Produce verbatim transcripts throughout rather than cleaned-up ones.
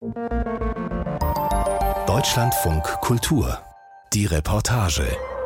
Deutschlandfunk Kultur. Die Reportage.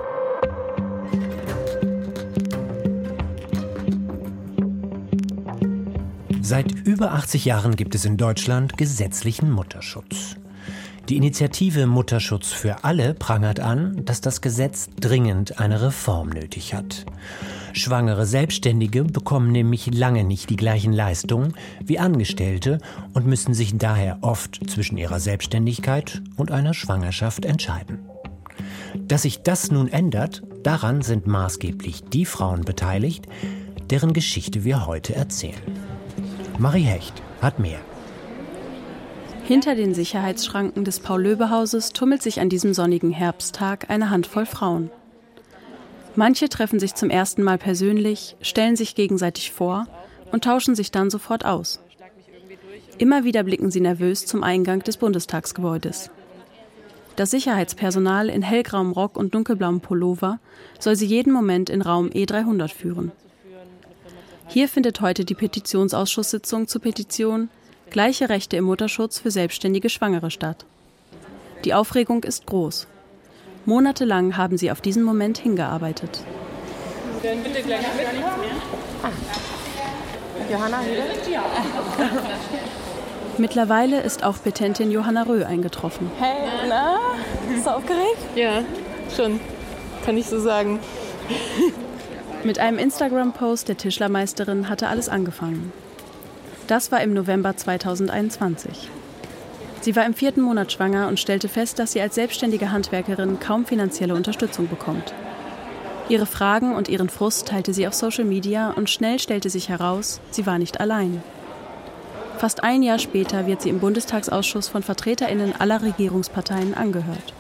Seit über achtzig Jahren gibt es in Deutschland gesetzlichen Mutterschutz. Die Initiative Mutterschutz für alle prangert an, dass das Gesetz dringend eine Reform nötig hat. Schwangere Selbstständige bekommen nämlich lange nicht die gleichen Leistungen wie Angestellte und müssen sich daher oft zwischen ihrer Selbstständigkeit und einer Schwangerschaft entscheiden. Dass sich das nun ändert, daran sind maßgeblich die Frauen beteiligt, deren Geschichte wir heute erzählen. Marie Hecht hat mehr. Hinter den Sicherheitsschranken des Paul-Löbe-Hauses tummelt sich an diesem sonnigen Herbsttag eine Handvoll Frauen. Manche treffen sich zum ersten Mal persönlich, stellen sich gegenseitig vor und tauschen sich dann sofort aus. Immer wieder blicken sie nervös zum Eingang des Bundestagsgebäudes. Das Sicherheitspersonal in hellgrauem Rock und dunkelblauem Pullover soll sie jeden Moment in Raum E dreihundert führen. Hier findet heute die Petitionsausschusssitzung zur Petition Gleiche Rechte im Mutterschutz für selbstständige Schwangere statt. Die Aufregung ist groß. Monatelang haben sie auf diesen Moment hingearbeitet. Dann bitte gleich mit. Ah. Johanna, hier? Mittlerweile ist auch Petentin Johanna Röh eingetroffen. Hey, na? Bist du aufgeregt? Ja, schon. Kann ich so sagen. Mit einem Instagram-Post der Tischlermeisterin hatte alles angefangen. Das war im November zweitausendeinundzwanzig. Sie war im vierten Monat schwanger und stellte fest, dass sie als selbstständige Handwerkerin kaum finanzielle Unterstützung bekommt. Ihre Fragen und ihren Frust teilte sie auf Social Media und schnell stellte sich heraus, sie war nicht allein. Fast ein Jahr später wird sie im Bundestagsausschuss von VertreterInnen aller Regierungsparteien angehört.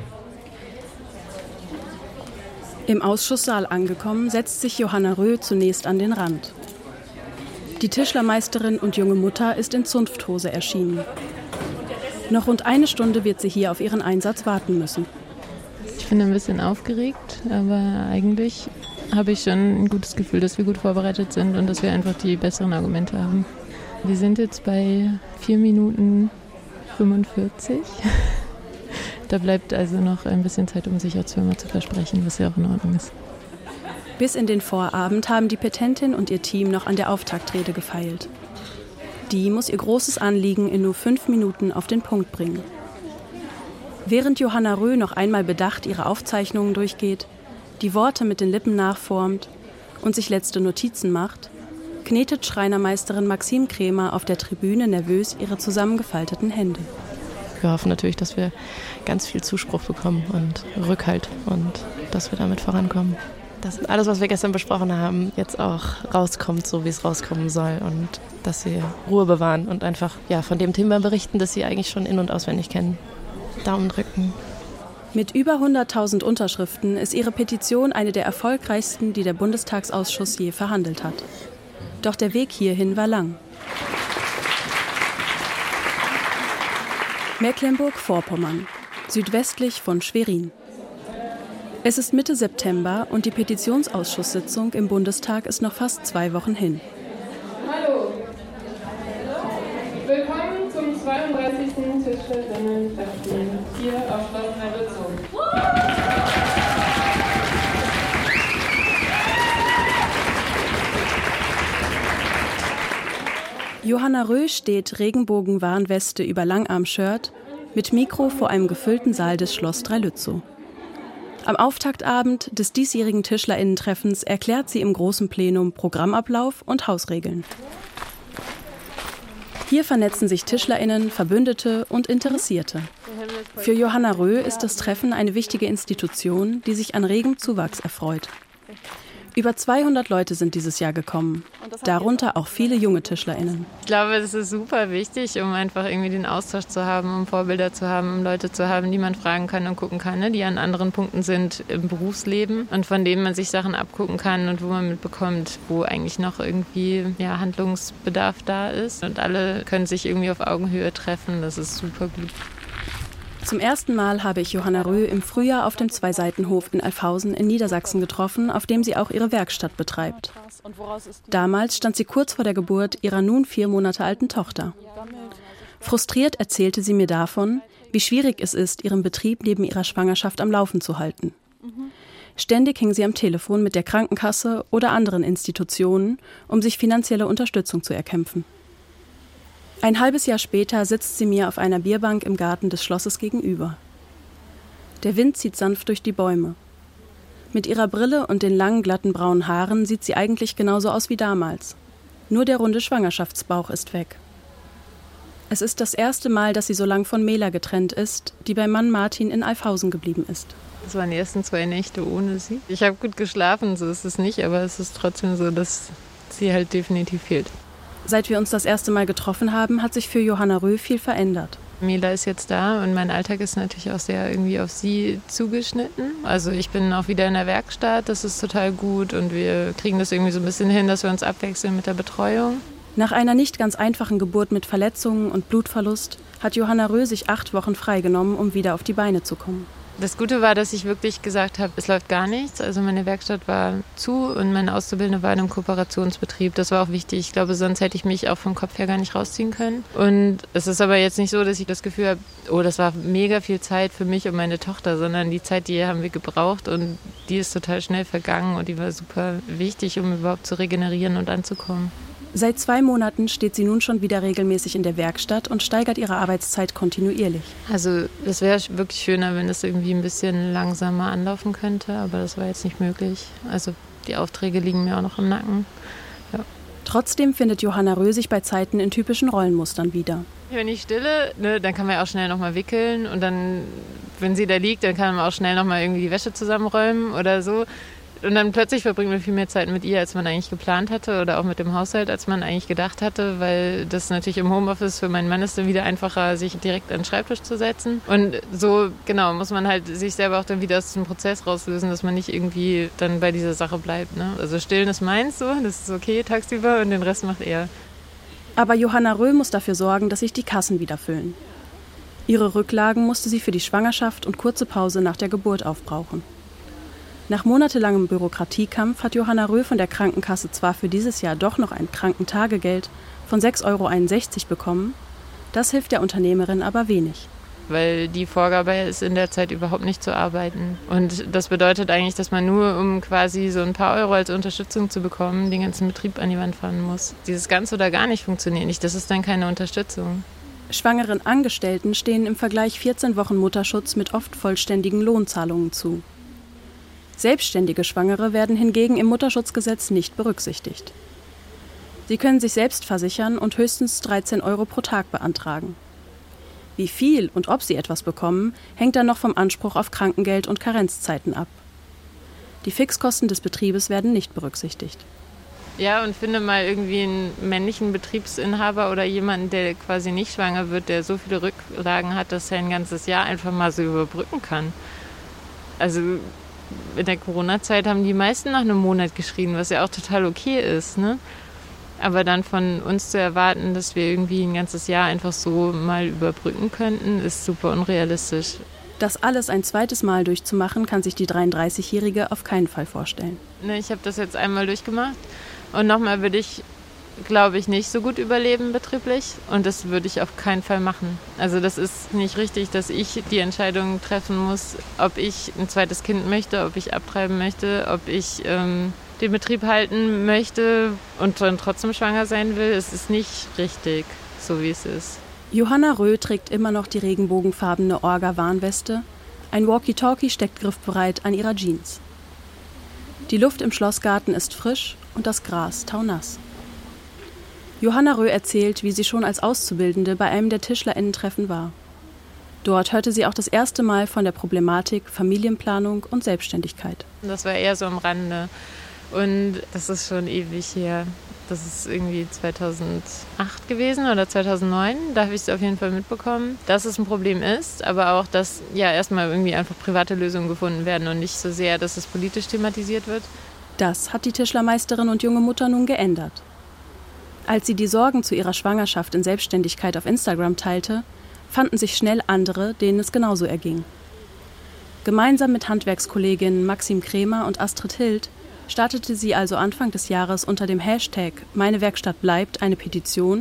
Im Ausschusssaal angekommen, setzt sich Johanna Röh zunächst an den Rand. Die Tischlermeisterin und junge Mutter ist in Zunfthose erschienen. Noch rund eine Stunde wird sie hier auf ihren Einsatz warten müssen. Ich bin ein bisschen aufgeregt, aber eigentlich habe ich schon ein gutes Gefühl, dass wir gut vorbereitet sind und dass wir einfach die besseren Argumente haben. Wir sind jetzt bei vier Minuten fünfundvierzig. Da bleibt also noch ein bisschen Zeit, um sich als Firma zu versprechen, was ja auch in Ordnung ist. Bis in den Vorabend haben die Petentin und ihr Team noch an der Auftaktrede gefeilt. Die muss ihr großes Anliegen in nur fünf Minuten auf den Punkt bringen. Während Johanna Röh noch einmal bedacht ihre Aufzeichnungen durchgeht, die Worte mit den Lippen nachformt und sich letzte Notizen macht, knetet Schreinermeisterin Maxim Krämer auf der Tribüne nervös ihre zusammengefalteten Hände. Wir hoffen natürlich, dass wir ganz viel Zuspruch bekommen und Rückhalt und dass wir damit vorankommen. Dass alles, was wir gestern besprochen haben, jetzt auch rauskommt, so wie es rauskommen soll und dass sie Ruhe bewahren und einfach ja, von dem Thema berichten, das sie eigentlich schon in- und auswendig kennen. Daumen drücken. Mit über hunderttausend Unterschriften ist ihre Petition eine der erfolgreichsten, die der Bundestagsausschuss je verhandelt hat. Doch der Weg hierhin war lang. Mecklenburg-Vorpommern, südwestlich von Schwerin. Es ist Mitte September und die Petitionsausschusssitzung im Bundestag ist noch fast zwei Wochen hin. Hallo, willkommen zum zweiunddreißigsten Tischlerinnen-Treffen hier auf Schloss Drei-Lützow. Johanna Röh steht Regenbogen-Warnweste über Langarm-Shirt mit Mikro vor einem gefüllten Saal des Schloss Drei-Lützow. Am Auftaktabend des diesjährigen TischlerInnen-Treffens erklärt sie im großen Plenum Programmablauf und Hausregeln. Hier vernetzen sich TischlerInnen, Verbündete und Interessierte. Für Johanna Röh ist das Treffen eine wichtige Institution, die sich an regem Zuwachs erfreut. Über zweihundert Leute sind dieses Jahr gekommen, darunter auch viele junge TischlerInnen. Ich glaube, das ist super wichtig, um einfach irgendwie den Austausch zu haben, um Vorbilder zu haben, um Leute zu haben, die man fragen kann und gucken kann, ne, die an anderen Punkten sind im Berufsleben und von denen man sich Sachen abgucken kann und wo man mitbekommt, wo eigentlich noch irgendwie ja, Handlungsbedarf da ist. Und alle können sich irgendwie auf Augenhöhe treffen, das ist super gut. Zum ersten Mal habe ich Johanna Röh im Frühjahr auf dem Zweiseitenhof in Alfhausen in Niedersachsen getroffen, auf dem sie auch ihre Werkstatt betreibt. Damals stand sie kurz vor der Geburt ihrer nun vier Monate alten Tochter. Frustriert erzählte sie mir davon, wie schwierig es ist, ihren Betrieb neben ihrer Schwangerschaft am Laufen zu halten. Ständig hing sie am Telefon mit der Krankenkasse oder anderen Institutionen, um sich finanzielle Unterstützung zu erkämpfen. Ein halbes Jahr später sitzt sie mir auf einer Bierbank im Garten des Schlosses gegenüber. Der Wind zieht sanft durch die Bäume. Mit ihrer Brille und den langen, glatten braunen Haaren sieht sie eigentlich genauso aus wie damals. Nur der runde Schwangerschaftsbauch ist weg. Es ist das erste Mal, dass sie so lang von Mela getrennt ist, die bei Mann Martin in Alfhausen geblieben ist. Das waren die ersten zwei Nächte ohne sie. Ich habe gut geschlafen, so ist es nicht, aber es ist trotzdem so, dass sie halt definitiv fehlt. Seit wir uns das erste Mal getroffen haben, hat sich für Johanna Röh viel verändert. Mela ist jetzt da und mein Alltag ist natürlich auch sehr irgendwie auf sie zugeschnitten. Also ich bin auch wieder in der Werkstatt, das ist total gut und wir kriegen das irgendwie so ein bisschen hin, dass wir uns abwechseln mit der Betreuung. Nach einer nicht ganz einfachen Geburt mit Verletzungen und Blutverlust hat Johanna Röh sich acht Wochen freigenommen, um wieder auf die Beine zu kommen. Das Gute war, dass ich wirklich gesagt habe, es läuft gar nichts. Also meine Werkstatt war zu und meine Auszubildende war in einem Kooperationsbetrieb. Das war auch wichtig. Ich glaube, sonst hätte ich mich auch vom Kopf her gar nicht rausziehen können. Und es ist aber jetzt nicht so, dass ich das Gefühl habe, oh, das war mega viel Zeit für mich und meine Tochter, sondern die Zeit, die haben wir gebraucht und die ist total schnell vergangen und die war super wichtig, um überhaupt zu regenerieren und anzukommen. Seit zwei Monaten steht sie nun schon wieder regelmäßig in der Werkstatt und steigert ihre Arbeitszeit kontinuierlich. Also es wäre wirklich schöner, wenn es irgendwie ein bisschen langsamer anlaufen könnte, aber das war jetzt nicht möglich. Also die Aufträge liegen mir auch noch im Nacken. Ja. Trotzdem findet Johanna Röh sich bei Zeiten in typischen Rollenmustern wieder. Wenn ich stille, ne, dann kann man ja auch schnell nochmal wickeln und dann, wenn sie da liegt, dann kann man auch schnell nochmal irgendwie die Wäsche zusammenräumen oder so. Und dann plötzlich verbringt man viel mehr Zeit mit ihr, als man eigentlich geplant hatte oder auch mit dem Haushalt, als man eigentlich gedacht hatte, weil das natürlich im Homeoffice für meinen Mann ist dann wieder einfacher, sich direkt an den Schreibtisch zu setzen. Und so, genau, muss man halt sich selber auch dann wieder aus dem Prozess rauslösen, dass man nicht irgendwie dann bei dieser Sache bleibt. Ne? Also stillen ist meins so, das ist okay tagsüber und den Rest macht er. Aber Johanna Röh muss dafür sorgen, dass sich die Kassen wieder füllen. Ihre Rücklagen musste sie für die Schwangerschaft und kurze Pause nach der Geburt aufbrauchen. Nach monatelangem Bürokratiekampf hat Johanna Röh von der Krankenkasse zwar für dieses Jahr doch noch ein Krankentagegeld von sechs Euro einundsechzig bekommen, das hilft der Unternehmerin aber wenig. Weil die Vorgabe ist, in der Zeit überhaupt nicht zu arbeiten. Und das bedeutet eigentlich, dass man nur, um quasi so ein paar Euro als Unterstützung zu bekommen, den ganzen Betrieb an die Wand fahren muss. Dieses ganz oder gar nicht funktioniert nicht, das ist dann keine Unterstützung. Schwangeren Angestellten stehen im Vergleich vierzehn Wochen Mutterschutz mit oft vollständigen Lohnzahlungen zu. Selbstständige Schwangere werden hingegen im Mutterschutzgesetz nicht berücksichtigt. Sie können sich selbst versichern und höchstens dreizehn Euro pro Tag beantragen. Wie viel und ob sie etwas bekommen, hängt dann noch vom Anspruch auf Krankengeld und Karenzzeiten ab. Die Fixkosten des Betriebes werden nicht berücksichtigt. Ja, und finde mal irgendwie einen männlichen Betriebsinhaber oder jemanden, der quasi nicht schwanger wird, der so viele Rücklagen hat, dass er ein ganzes Jahr einfach mal so überbrücken kann. Also in der Corona-Zeit haben die meisten nach einem Monat geschrien, was ja auch total okay ist, ne? Aber dann von uns zu erwarten, dass wir irgendwie ein ganzes Jahr einfach so mal überbrücken könnten, ist super unrealistisch. Das alles ein zweites Mal durchzumachen, kann sich die dreiunddreißigjährige auf keinen Fall vorstellen. Ne, ich habe das jetzt einmal durchgemacht und nochmal würde ich, glaube ich, nicht so gut überleben betrieblich und das würde ich auf keinen Fall machen. Also das ist nicht richtig, dass ich die Entscheidung treffen muss, ob ich ein zweites Kind möchte, ob ich abtreiben möchte, ob ich ähm, den Betrieb halten möchte und dann trotzdem schwanger sein will. Es ist nicht richtig, so wie es ist. Johanna Röh trägt immer noch die regenbogenfarbene Orga-Warnweste. Ein Walkie-Talkie steckt griffbereit an ihrer Jeans. Die Luft im Schlossgarten ist frisch und das Gras taunass. Johanna Röh erzählt, wie sie schon als Auszubildende bei einem der TischlerInnen-Treffen war. Dort hörte sie auch das erste Mal von der Problematik Familienplanung und Selbstständigkeit. Das war eher so am Rande. Und das ist schon ewig her. Das ist irgendwie zweitausendacht gewesen oder zweitausendneun. Da habe ich es auf jeden Fall mitbekommen, dass es ein Problem ist, aber auch, dass ja erstmal irgendwie einfach private Lösungen gefunden werden und nicht so sehr, dass es politisch thematisiert wird. Das hat die Tischlermeisterin und junge Mutter nun geändert. Als sie die Sorgen zu ihrer Schwangerschaft in Selbstständigkeit auf Instagram teilte, fanden sich schnell andere, denen es genauso erging. Gemeinsam mit Handwerkskolleginnen Maxim Kremer und Astrid Hild startete sie also Anfang des Jahres unter dem Hashtag »Meine Werkstatt bleibt« eine Petition,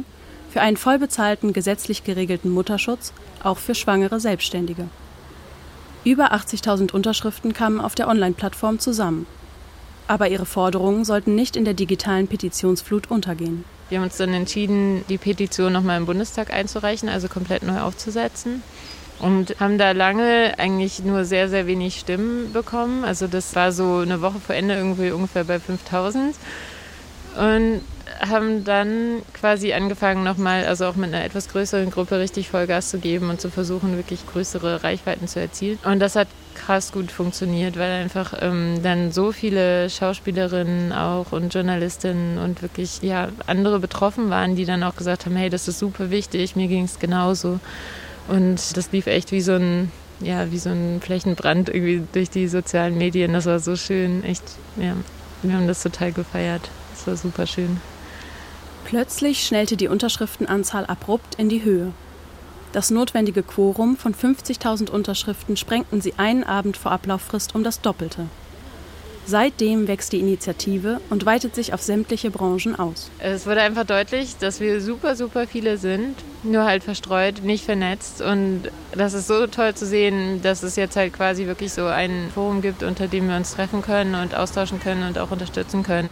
Für einen vollbezahlten, gesetzlich geregelten Mutterschutz, auch für schwangere Selbstständige. Über achtzigtausend Unterschriften kamen auf der Online-Plattform zusammen. Aber ihre Forderungen sollten nicht in der digitalen Petitionsflut untergehen. Wir haben uns dann entschieden, die Petition nochmal im Bundestag einzureichen, also komplett neu aufzusetzen. Und haben da lange eigentlich nur sehr, sehr wenig Stimmen bekommen. Also das war so eine Woche vor Ende irgendwie ungefähr bei fünftausend. Und haben dann quasi angefangen nochmal, also auch mit einer etwas größeren Gruppe richtig Vollgas zu geben und zu versuchen, wirklich größere Reichweiten zu erzielen. Und das hat krass gut funktioniert, weil einfach ähm, dann so viele Schauspielerinnen auch und Journalistinnen und wirklich ja andere betroffen waren, die dann auch gesagt haben, hey, das ist super wichtig, mir ging es genauso. Und das lief echt wie so ein, ja, wie so ein Flächenbrand irgendwie durch die sozialen Medien. Das war so schön, echt, ja, wir haben das total gefeiert. Das war super schön. Plötzlich schnellte die Unterschriftenanzahl abrupt in die Höhe. Das notwendige Quorum von fünfzigtausend Unterschriften sprengten sie einen Abend vor Ablauffrist um das Doppelte. Seitdem wächst die Initiative und weitet sich auf sämtliche Branchen aus. Es wurde einfach deutlich, dass wir super, super viele sind, nur halt verstreut, nicht vernetzt. Und das ist so toll zu sehen, dass es jetzt halt quasi wirklich so ein Forum gibt, unter dem wir uns treffen können und austauschen können und auch unterstützen können.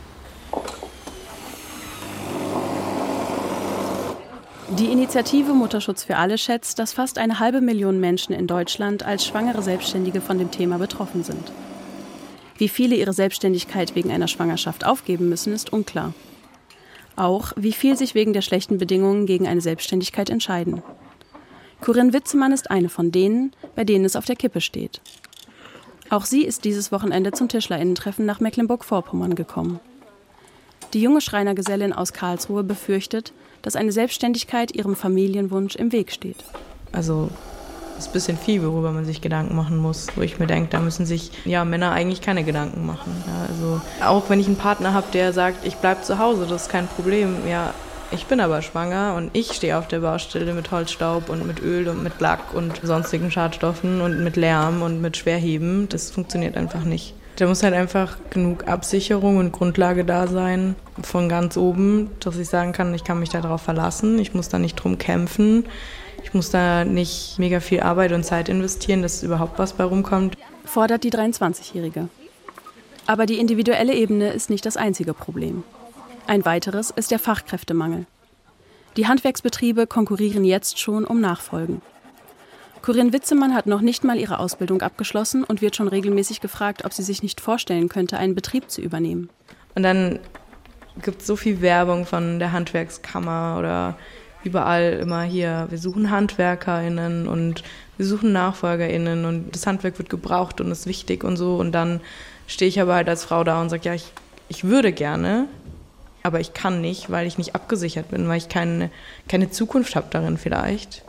Die Initiative Mutterschutz für alle schätzt, dass fast eine halbe Million Menschen in Deutschland als schwangere Selbstständige von dem Thema betroffen sind. Wie viele ihre Selbstständigkeit wegen einer Schwangerschaft aufgeben müssen, ist unklar. Auch, wie viel sich wegen der schlechten Bedingungen gegen eine Selbstständigkeit entscheiden. Corinne Witzemann ist eine von denen, bei denen es auf der Kippe steht. Auch sie ist dieses Wochenende zum TischlerInnen-Treffen nach Mecklenburg-Vorpommern gekommen. Die junge Schreinergesellin aus Karlsruhe befürchtet, dass eine Selbstständigkeit ihrem Familienwunsch im Weg steht. Also das ist ein bisschen viel, worüber man sich Gedanken machen muss. Wo ich mir denke, da müssen sich ja, Männer eigentlich keine Gedanken machen. Ja, also auch wenn ich einen Partner habe, der sagt, ich bleibe zu Hause, das ist kein Problem. Ja, ich bin aber schwanger und ich stehe auf der Baustelle mit Holzstaub und mit Öl und mit Lack und sonstigen Schadstoffen und mit Lärm und mit Schwerheben. Das funktioniert einfach nicht. Da muss halt einfach genug Absicherung und Grundlage da sein von ganz oben, dass ich sagen kann, ich kann mich darauf verlassen, ich muss da nicht drum kämpfen, ich muss da nicht mega viel Arbeit und Zeit investieren, dass überhaupt was bei rumkommt. Fordert die dreiundzwanzigjährige. Aber die individuelle Ebene ist nicht das einzige Problem. Ein weiteres ist der Fachkräftemangel. Die Handwerksbetriebe konkurrieren jetzt schon um Nachfolgen. Corinne Witzemann hat noch nicht mal ihre Ausbildung abgeschlossen und wird schon regelmäßig gefragt, ob sie sich nicht vorstellen könnte, einen Betrieb zu übernehmen. Und dann gibt es so viel Werbung von der Handwerkskammer oder überall immer hier, wir suchen HandwerkerInnen und wir suchen NachfolgerInnen und das Handwerk wird gebraucht und ist wichtig und so. Und dann stehe ich aber halt als Frau da und sage, ja, ich, ich würde gerne, aber ich kann nicht, weil ich nicht abgesichert bin, weil ich keine, keine Zukunft habe darin vielleicht.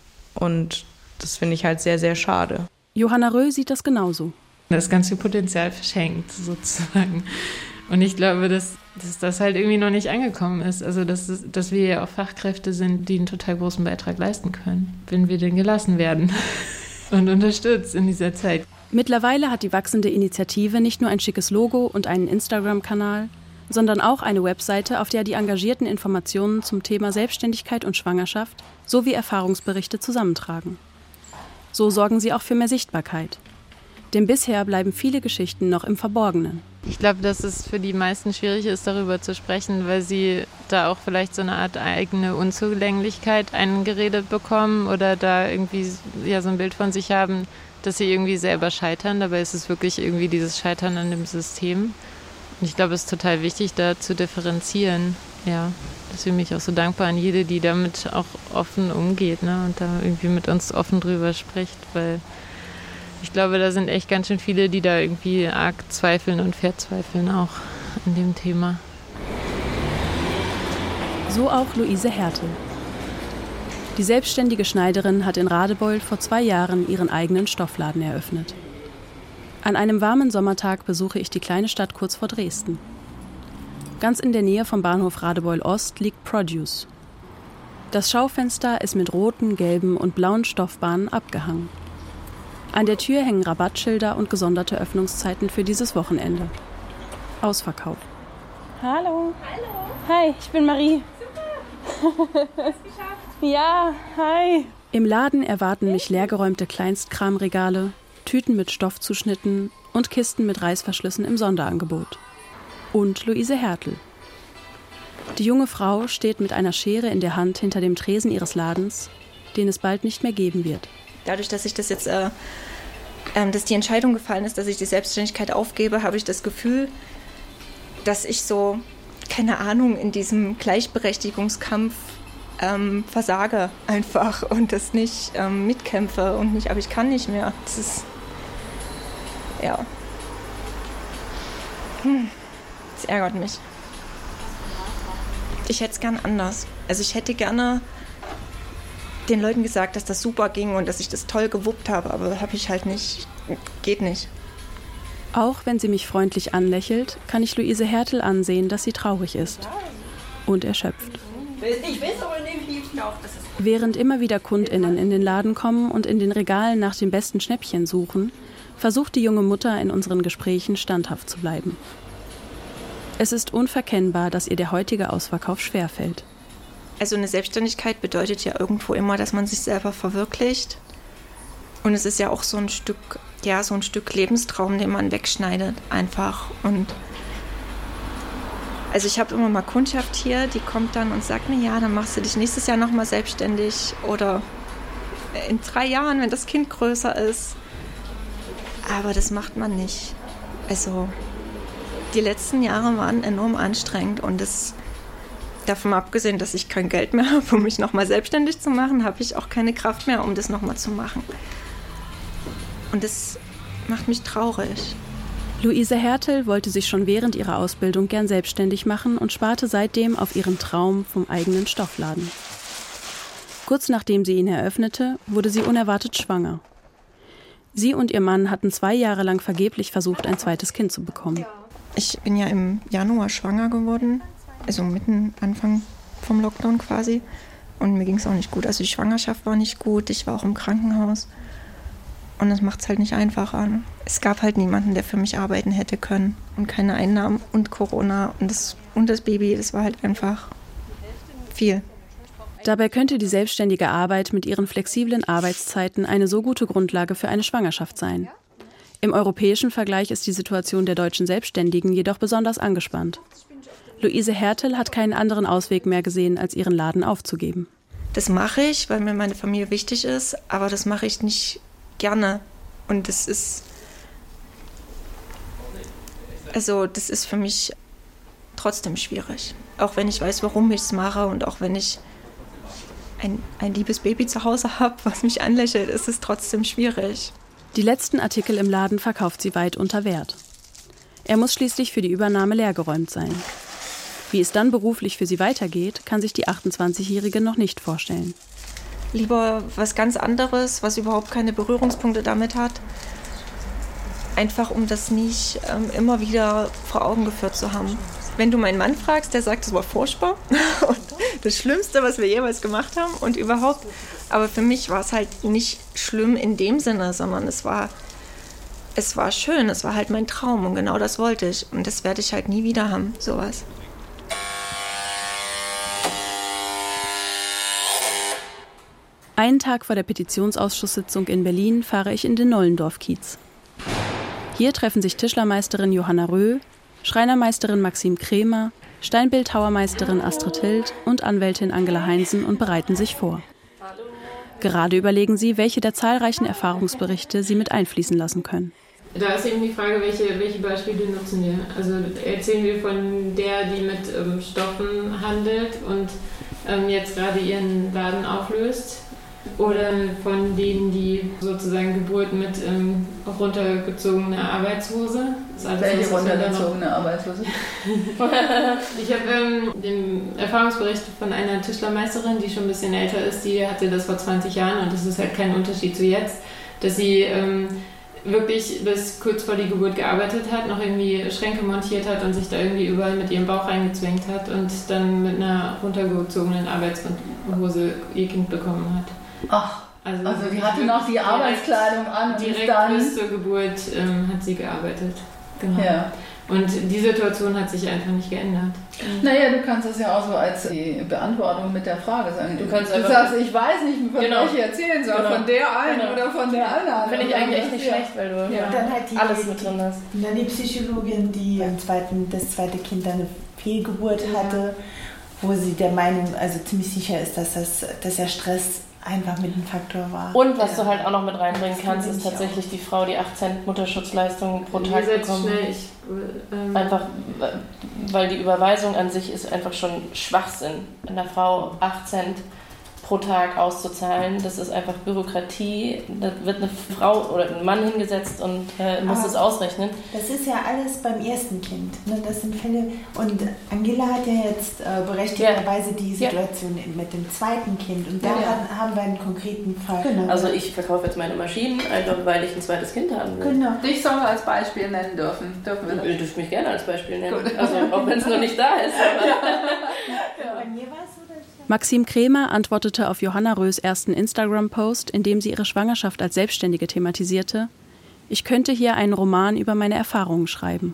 Und das finde ich halt sehr, sehr schade. Johanna Röh sieht das genauso. Das ganze Potenzial verschenkt, sozusagen. Und ich glaube, dass, dass das halt irgendwie noch nicht angekommen ist. Also, dass, dass wir ja auch Fachkräfte sind, die einen total großen Beitrag leisten können, wenn wir denn gelassen werden und unterstützt in dieser Zeit. Mittlerweile hat die wachsende Initiative nicht nur ein schickes Logo und einen Instagram-Kanal, sondern auch eine Webseite, auf der die engagierten Informationen zum Thema Selbstständigkeit und Schwangerschaft sowie Erfahrungsberichte zusammentragen. So sorgen sie auch für mehr Sichtbarkeit. Denn bisher bleiben viele Geschichten noch im Verborgenen. Ich glaube, dass es für die meisten schwierig ist, darüber zu sprechen, weil sie da auch vielleicht so eine Art eigene Unzulänglichkeit eingeredet bekommen oder da irgendwie ja, so ein Bild von sich haben, dass sie irgendwie selber scheitern. Dabei ist es wirklich irgendwie dieses Scheitern an dem System. Und ich glaube, es ist total wichtig, da zu differenzieren. Ja, deswegen bin ich auch so dankbar an jede, die damit auch offen umgeht, ne, und da irgendwie mit uns offen drüber spricht, weil ich glaube, da sind echt ganz schön viele, die da irgendwie arg zweifeln und verzweifeln auch an dem Thema. So auch Luise Hertel. Die selbstständige Schneiderin hat in Radebeul vor zwei Jahren ihren eigenen Stoffladen eröffnet. An einem warmen Sommertag besuche ich die kleine Stadt kurz vor Dresden. Ganz in der Nähe vom Bahnhof Radebeul Ost liegt Produce. Das Schaufenster ist mit roten, gelben und blauen Stoffbahnen abgehangen. An der Tür hängen Rabattschilder und gesonderte Öffnungszeiten für dieses Wochenende. Ausverkauft. Hallo. Hallo. Hi, ich bin Marie. Ja, hi. Im Laden erwarten mich leergeräumte Kleinstkramregale, Tüten mit Stoffzuschnitten und Kisten mit Reißverschlüssen im Sonderangebot. Und Luise Hertel. Die junge Frau steht mit einer Schere in der Hand hinter dem Tresen ihres Ladens, den es bald nicht mehr geben wird. Dadurch, dass ich das jetzt, äh, äh, dass die Entscheidung gefallen ist, dass ich die Selbstständigkeit aufgebe, habe ich das Gefühl, dass ich so, keine Ahnung, in diesem Gleichberechtigungskampf ähm, versage einfach und das nicht ähm, mitkämpfe und nicht, aber ich kann nicht mehr. Das ist, ja. Hm. Das ärgert mich. Ich hätte es gern anders. Also ich hätte gerne den Leuten gesagt, dass das super ging und dass ich das toll gewuppt habe, aber habe ich halt nicht. Geht nicht. Auch wenn sie mich freundlich anlächelt, kann ich Luise Hertel ansehen, dass sie traurig ist und erschöpft. Ich weiß aber nicht, wie ich noch. Während immer wieder KundInnen in den Laden kommen und in den Regalen nach dem besten Schnäppchen suchen, versucht die junge Mutter in unseren Gesprächen standhaft zu bleiben. Es ist unverkennbar, dass ihr der heutige Ausverkauf schwerfällt. Also eine Selbstständigkeit bedeutet ja irgendwo immer, dass man sich selber verwirklicht. Und es ist ja auch so ein Stück, ja, so ein Stück Lebenstraum, den man wegschneidet einfach. Und also ich habe immer mal Kundschaft hier, die kommt dann und sagt mir, ja, dann machst du dich nächstes Jahr nochmal selbstständig oder in drei Jahren, wenn das Kind größer ist. Aber das macht man nicht. Also die letzten Jahre waren enorm anstrengend und das, davon abgesehen, dass ich kein Geld mehr habe, um mich nochmal selbstständig zu machen, habe ich auch keine Kraft mehr, um das nochmal zu machen. Und das macht mich traurig. Luise Hertel wollte sich schon während ihrer Ausbildung gern selbstständig machen und sparte seitdem auf ihren Traum vom eigenen Stoffladen. Kurz nachdem sie ihn eröffnete, wurde sie unerwartet schwanger. Sie und ihr Mann hatten zwei Jahre lang vergeblich versucht, ein zweites Kind zu bekommen. Ich bin ja im Januar schwanger geworden, also mitten Anfang vom Lockdown quasi. Und mir ging es auch nicht gut. Also die Schwangerschaft war nicht gut, ich war auch im Krankenhaus. Und das macht es halt nicht einfacher. Ne? Es gab halt niemanden, der für mich arbeiten hätte können. Und keine Einnahmen und Corona und das, und das Baby, das war halt einfach viel. Dabei könnte die selbstständige Arbeit mit ihren flexiblen Arbeitszeiten eine so gute Grundlage für eine Schwangerschaft sein. Im europäischen Vergleich ist die Situation der deutschen Selbstständigen jedoch besonders angespannt. Luise Hertel hat keinen anderen Ausweg mehr gesehen, als ihren Laden aufzugeben. Das mache ich, weil mir meine Familie wichtig ist, aber das mache ich nicht gerne. Und das ist, also das ist für mich trotzdem schwierig. Auch wenn ich weiß, warum ich es mache und auch wenn ich ein, ein liebes Baby zu Hause habe, was mich anlächelt, ist es trotzdem schwierig. Die letzten Artikel im Laden verkauft sie weit unter Wert. Er muss schließlich für die Übernahme leergeräumt sein. Wie es dann beruflich für sie weitergeht, kann sich die achtundzwanzigjährige noch nicht vorstellen. Lieber was ganz anderes, was überhaupt keine Berührungspunkte damit hat. Einfach um das nicht ähm, immer wieder vor Augen geführt zu haben. Wenn du meinen Mann fragst, der sagt, das war furchtbar und das Schlimmste, was wir jemals gemacht haben und überhaupt. Aber für mich war es halt nicht schlimm in dem Sinne, sondern es war, es war schön, es war halt mein Traum und genau das wollte ich. Und das werde ich halt nie wieder haben, sowas. Einen Tag vor der Petitionsausschusssitzung in Berlin fahre ich in den Nollendorf-Kiez. Hier treffen sich Tischlermeisterin Johanna Röh, Schreinermeisterin Maxim Kremer, Steinbildhauermeisterin Astrid Hild und Anwältin Angela Heinsen und bereiten sich vor. Gerade überlegen sie, welche der zahlreichen Erfahrungsberichte sie mit einfließen lassen können. Da ist eben die Frage, welche, welche Beispiele nutzen wir? Also erzählen wir von der, die mit ähm, Stoffen handelt und ähm, jetzt gerade ihren Laden auflöst? Oder von denen, die sozusagen Geburt mit ähm, runtergezogener Arbeitshose. Welche runtergezogene Arbeitshose? Ich habe ähm, den Erfahrungsbericht von einer Tischlermeisterin, die schon ein bisschen älter ist, die hatte das vor zwanzig Jahren und das ist halt kein Unterschied zu jetzt, dass sie ähm, wirklich bis kurz vor die Geburt gearbeitet hat, noch irgendwie Schränke montiert hat und sich da irgendwie überall mit ihrem Bauch reingezwängt hat und dann mit einer runtergezogenen Arbeitshose ihr Kind bekommen hat. Ach, also, also die hatte noch die Arbeitskleidung an und direkt dann bis zur Geburt ähm, hat sie gearbeitet. Genau. Ja. Und die Situation hat sich einfach nicht geändert. Naja, du kannst das ja auch so als die Beantwortung mit der Frage sagen. Du, kannst du sagst, ich weiß nicht, von genau. welcher ich erzählen soll, genau. von der einen genau. oder von der anderen. Finde ich eigentlich echt nicht schlecht, weil du ja. dann halt die, alles mit drin hast. Und dann die Psychologin, die im zweiten, das zweite Kind dann eine Fehlgeburt hatte, wo sie der Meinung, also ziemlich sicher ist, dass, das, dass der Stress einfach mit ein Faktor war. Und was ja. du halt auch noch mit reinbringen das kannst, ist tatsächlich auch. Die Frau, die acht Cent Mutterschutzleistung pro Tag bekommt. Schnell. Ich, ähm einfach, weil die Überweisung an sich ist einfach schon Schwachsinn. Einer Frau acht Cent pro Tag auszuzahlen, das ist einfach Bürokratie. Da wird eine Frau oder ein Mann hingesetzt und äh, muss Aber das ausrechnen. Das ist ja alles beim ersten Kind. Ne? Das sind Fälle. Und Angela hat ja jetzt äh, berechtigterweise ja. die Situation ja. mit dem zweiten Kind. Und da ja, ja. haben wir einen konkreten Fall. Genau. Also ich verkaufe jetzt meine Maschinen, einfach weil ich ein zweites Kind haben will. Genau. Dich sollen wir als Beispiel nennen dürfen. Dürfen wir das? Ich dürfte mich gerne als Beispiel nennen. Gut. Also auch wenn es noch nicht da ist. Aber ja. Bei mir war es so, dass Maxim Kremer antwortete auf Johanna Röhs ersten Instagram-Post, in dem sie ihre Schwangerschaft als Selbstständige thematisierte: Ich könnte hier einen Roman über meine Erfahrungen schreiben.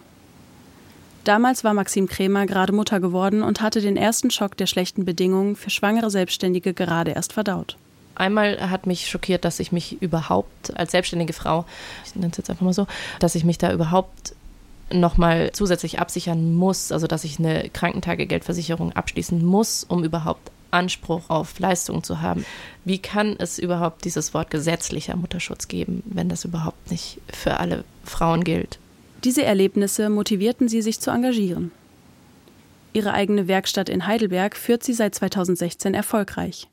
Damals war Maxim Kremer gerade Mutter geworden und hatte den ersten Schock der schlechten Bedingungen für schwangere Selbstständige gerade erst verdaut. Einmal hat mich schockiert, dass ich mich überhaupt als selbstständige Frau, ich nenne es jetzt einfach mal so, dass ich mich da überhaupt nochmal zusätzlich absichern muss, also dass ich eine Krankentagegeldversicherung abschließen muss, um überhaupt Anspruch auf Leistungen zu haben. Wie kann es überhaupt dieses Wort gesetzlicher Mutterschutz geben, wenn das überhaupt nicht für alle Frauen gilt? Diese Erlebnisse motivierten sie, sich zu engagieren. Ihre eigene Werkstatt in Heidelberg führt sie seit zweitausendsechzehn erfolgreich.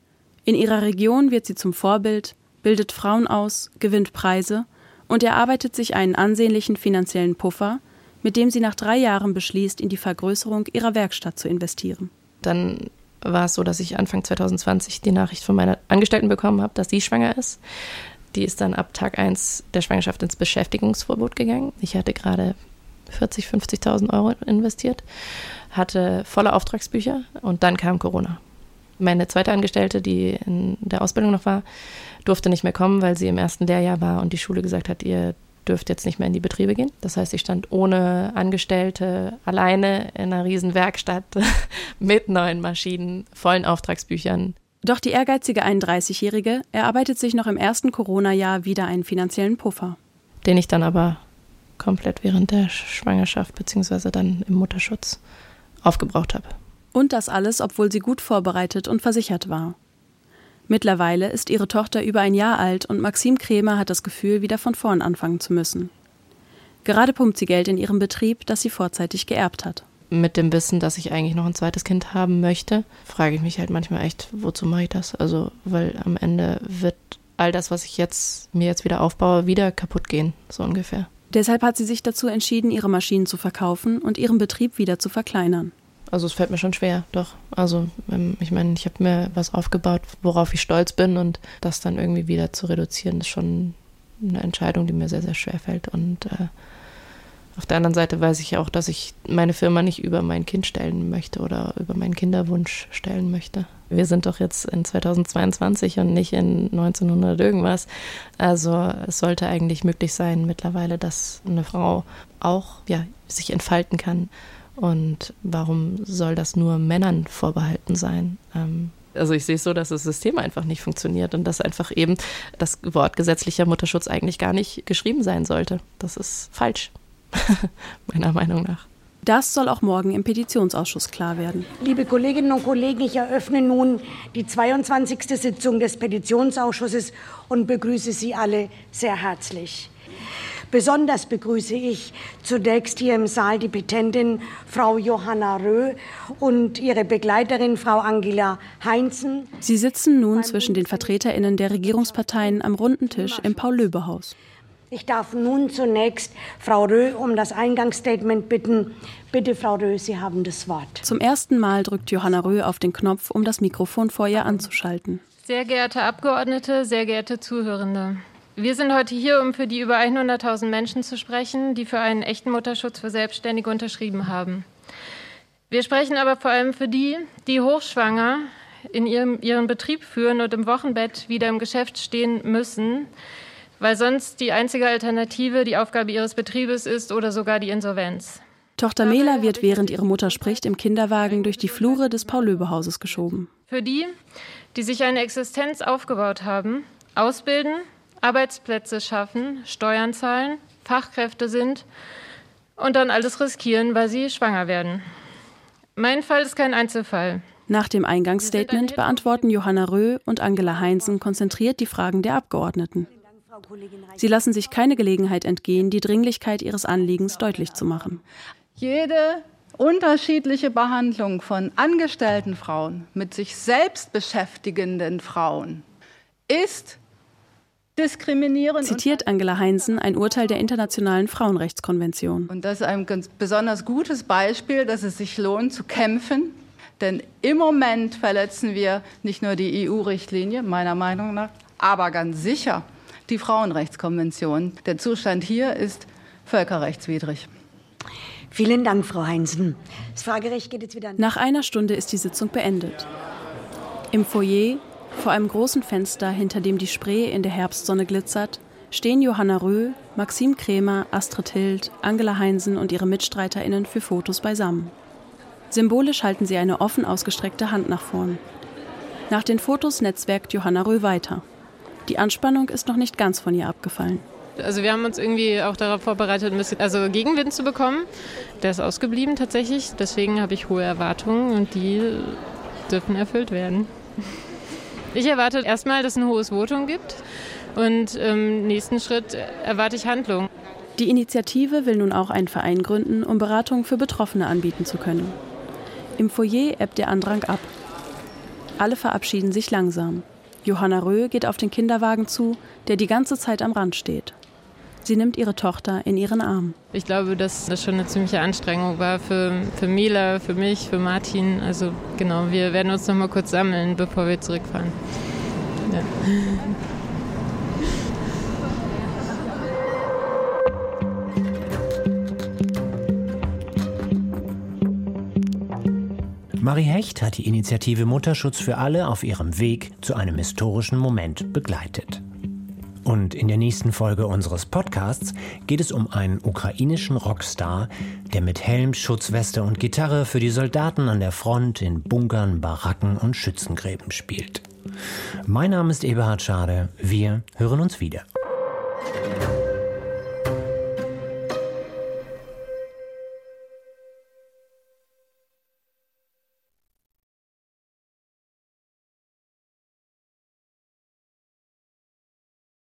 In ihrer Region wird sie zum Vorbild, bildet Frauen aus, gewinnt Preise und erarbeitet sich einen ansehnlichen finanziellen Puffer, mit dem sie nach drei Jahren beschließt, in die Vergrößerung ihrer Werkstatt zu investieren. Dann war es so, dass ich Anfang zweitausendzwanzig die Nachricht von meiner Angestellten bekommen habe, dass sie schwanger ist. Die ist dann ab Tag eins der Schwangerschaft ins Beschäftigungsverbot gegangen. Ich hatte gerade vierzigtausend, fünfzigtausend Euro investiert, hatte volle Auftragsbücher und dann kam Corona. Meine zweite Angestellte, die in der Ausbildung noch war, durfte nicht mehr kommen, weil sie im ersten Lehrjahr war und die Schule gesagt hat, ihr dürft jetzt nicht mehr in die Betriebe gehen. Das heißt, ich stand ohne Angestellte alleine in einer riesen Werkstatt mit neuen Maschinen, vollen Auftragsbüchern. Doch die ehrgeizige einunddreißigjährige erarbeitet sich noch im ersten Corona-Jahr wieder einen finanziellen Puffer. Den ich dann aber komplett während der Schwangerschaft bzw. dann im Mutterschutz aufgebraucht habe. Und das alles, obwohl sie gut vorbereitet und versichert war. Mittlerweile ist ihre Tochter über ein Jahr alt und Maxim Kremer hat das Gefühl, wieder von vorn anfangen zu müssen. Gerade pumpt sie Geld in ihrem Betrieb, das sie vorzeitig geerbt hat. Mit dem Wissen, dass ich eigentlich noch ein zweites Kind haben möchte, frage ich mich halt manchmal echt, wozu mache ich das? Also, weil am Ende wird all das, was ich jetzt mir jetzt wieder aufbaue, wieder kaputt gehen, so ungefähr. Deshalb hat sie sich dazu entschieden, ihre Maschinen zu verkaufen und ihren Betrieb wieder zu verkleinern. Also es fällt mir schon schwer, doch. Also ich meine, ich habe mir was aufgebaut, worauf ich stolz bin und das dann irgendwie wieder zu reduzieren, ist schon eine Entscheidung, die mir sehr, sehr schwer fällt. Und äh, auf der anderen Seite weiß ich auch, dass ich meine Firma nicht über mein Kind stellen möchte oder über meinen Kinderwunsch stellen möchte. Wir sind doch jetzt in zweitausendzweiundzwanzig und nicht in neunzehnhundert irgendwas. Also es sollte eigentlich möglich sein mittlerweile, dass eine Frau auch ja, sich entfalten kann. Und warum soll das nur Männern vorbehalten sein? Ähm, also ich sehe es so, dass das System einfach nicht funktioniert und dass einfach eben das Wort gesetzlicher Mutterschutz eigentlich gar nicht geschrieben sein sollte. Das ist falsch, meiner Meinung nach. Das soll auch morgen im Petitionsausschuss klar werden. Liebe Kolleginnen und Kollegen, ich eröffne nun die zweiundzwanzigste Sitzung des Petitionsausschusses und begrüße Sie alle sehr herzlich. Besonders begrüße ich zunächst hier im Saal die Petentin Frau Johanna Röh und ihre Begleiterin Frau Angela Heinzen. Sie sitzen nun zwischen den VertreterInnen der Regierungsparteien am runden Tisch im Paul-Löbe-Haus. Ich darf nun zunächst Frau Röh um das Eingangsstatement bitten. Bitte, Frau Röh, Sie haben das Wort. Zum ersten Mal drückt Johanna Röh auf den Knopf, um das Mikrofon vor ihr anzuschalten. Sehr geehrte Abgeordnete, sehr geehrte Zuhörende. Wir sind heute hier, um für die über hunderttausend Menschen zu sprechen, die für einen echten Mutterschutz für Selbstständige unterschrieben haben. Wir sprechen aber vor allem für die, die hochschwanger in ihrem, ihren Betrieb führen und im Wochenbett wieder im Geschäft stehen müssen, weil sonst die einzige Alternative die Aufgabe ihres Betriebes ist oder sogar die Insolvenz. Tochter Mela wird, während ihre Mutter spricht, im Kinderwagen durch die Flure des Paul-Löbe-Hauses geschoben. Für die, die sich eine Existenz aufgebaut haben, ausbilden, Arbeitsplätze schaffen, Steuern zahlen, Fachkräfte sind und dann alles riskieren, weil sie schwanger werden. Mein Fall ist kein Einzelfall. Nach dem Eingangsstatement beantworten Johanna Röh und Angela Heinsen konzentriert die Fragen der Abgeordneten. Sie lassen sich keine Gelegenheit entgehen, die Dringlichkeit ihres Anliegens deutlich zu machen. Jede unterschiedliche Behandlung von angestellten Frauen mit sich selbst beschäftigenden Frauen ist diskriminierend. Zitiert Angela Heinsen ein Urteil der Internationalen Frauenrechtskonvention. Und das ist ein ganz besonders gutes Beispiel, dass es sich lohnt zu kämpfen. Denn im Moment verletzen wir nicht nur die E U-Richtlinie, meiner Meinung nach, aber ganz sicher die Frauenrechtskonvention. Der Zustand hier ist völkerrechtswidrig. Vielen Dank, Frau Heinsen. Das Fragerecht geht jetzt wieder an. Nach einer Stunde ist die Sitzung beendet. Im Foyer, vor einem großen Fenster, hinter dem die Spree in der Herbstsonne glitzert, stehen Johanna Röh, Maxim Krämer, Astrid Hild, Angela Heinsen und ihre MitstreiterInnen für Fotos beisammen. Symbolisch halten sie eine offen ausgestreckte Hand nach vorn. Nach den Fotos netzwerkt Johanna Röh weiter. Die Anspannung ist noch nicht ganz von ihr abgefallen. Also wir haben uns irgendwie auch darauf vorbereitet, ein bisschen also Gegenwind zu bekommen. Der ist ausgeblieben tatsächlich. Deswegen habe ich hohe Erwartungen und die dürfen erfüllt werden. Ich erwarte erstmal, dass es ein hohes Votum gibt und im nächsten Schritt erwarte ich Handlung. Die Initiative will nun auch einen Verein gründen, um Beratungen für Betroffene anbieten zu können. Im Foyer ebbt der Andrang ab. Alle verabschieden sich langsam. Johanna Röh geht auf den Kinderwagen zu, der die ganze Zeit am Rand steht. Sie nimmt ihre Tochter in ihren Arm. Ich glaube, dass das schon eine ziemliche Anstrengung war für, für Mela, für mich, für Martin. Also genau, wir werden uns noch mal kurz sammeln, bevor wir zurückfahren. Ja. Marie Hecht hat die Initiative Mutterschutz für alle auf ihrem Weg zu einem historischen Moment begleitet. Und in der nächsten Folge unseres Podcasts geht es um einen ukrainischen Rockstar, der mit Helm, Schutzweste und Gitarre für die Soldaten an der Front in Bunkern, Baracken und Schützengräben spielt. Mein Name ist Eberhard Schade. Wir hören uns wieder.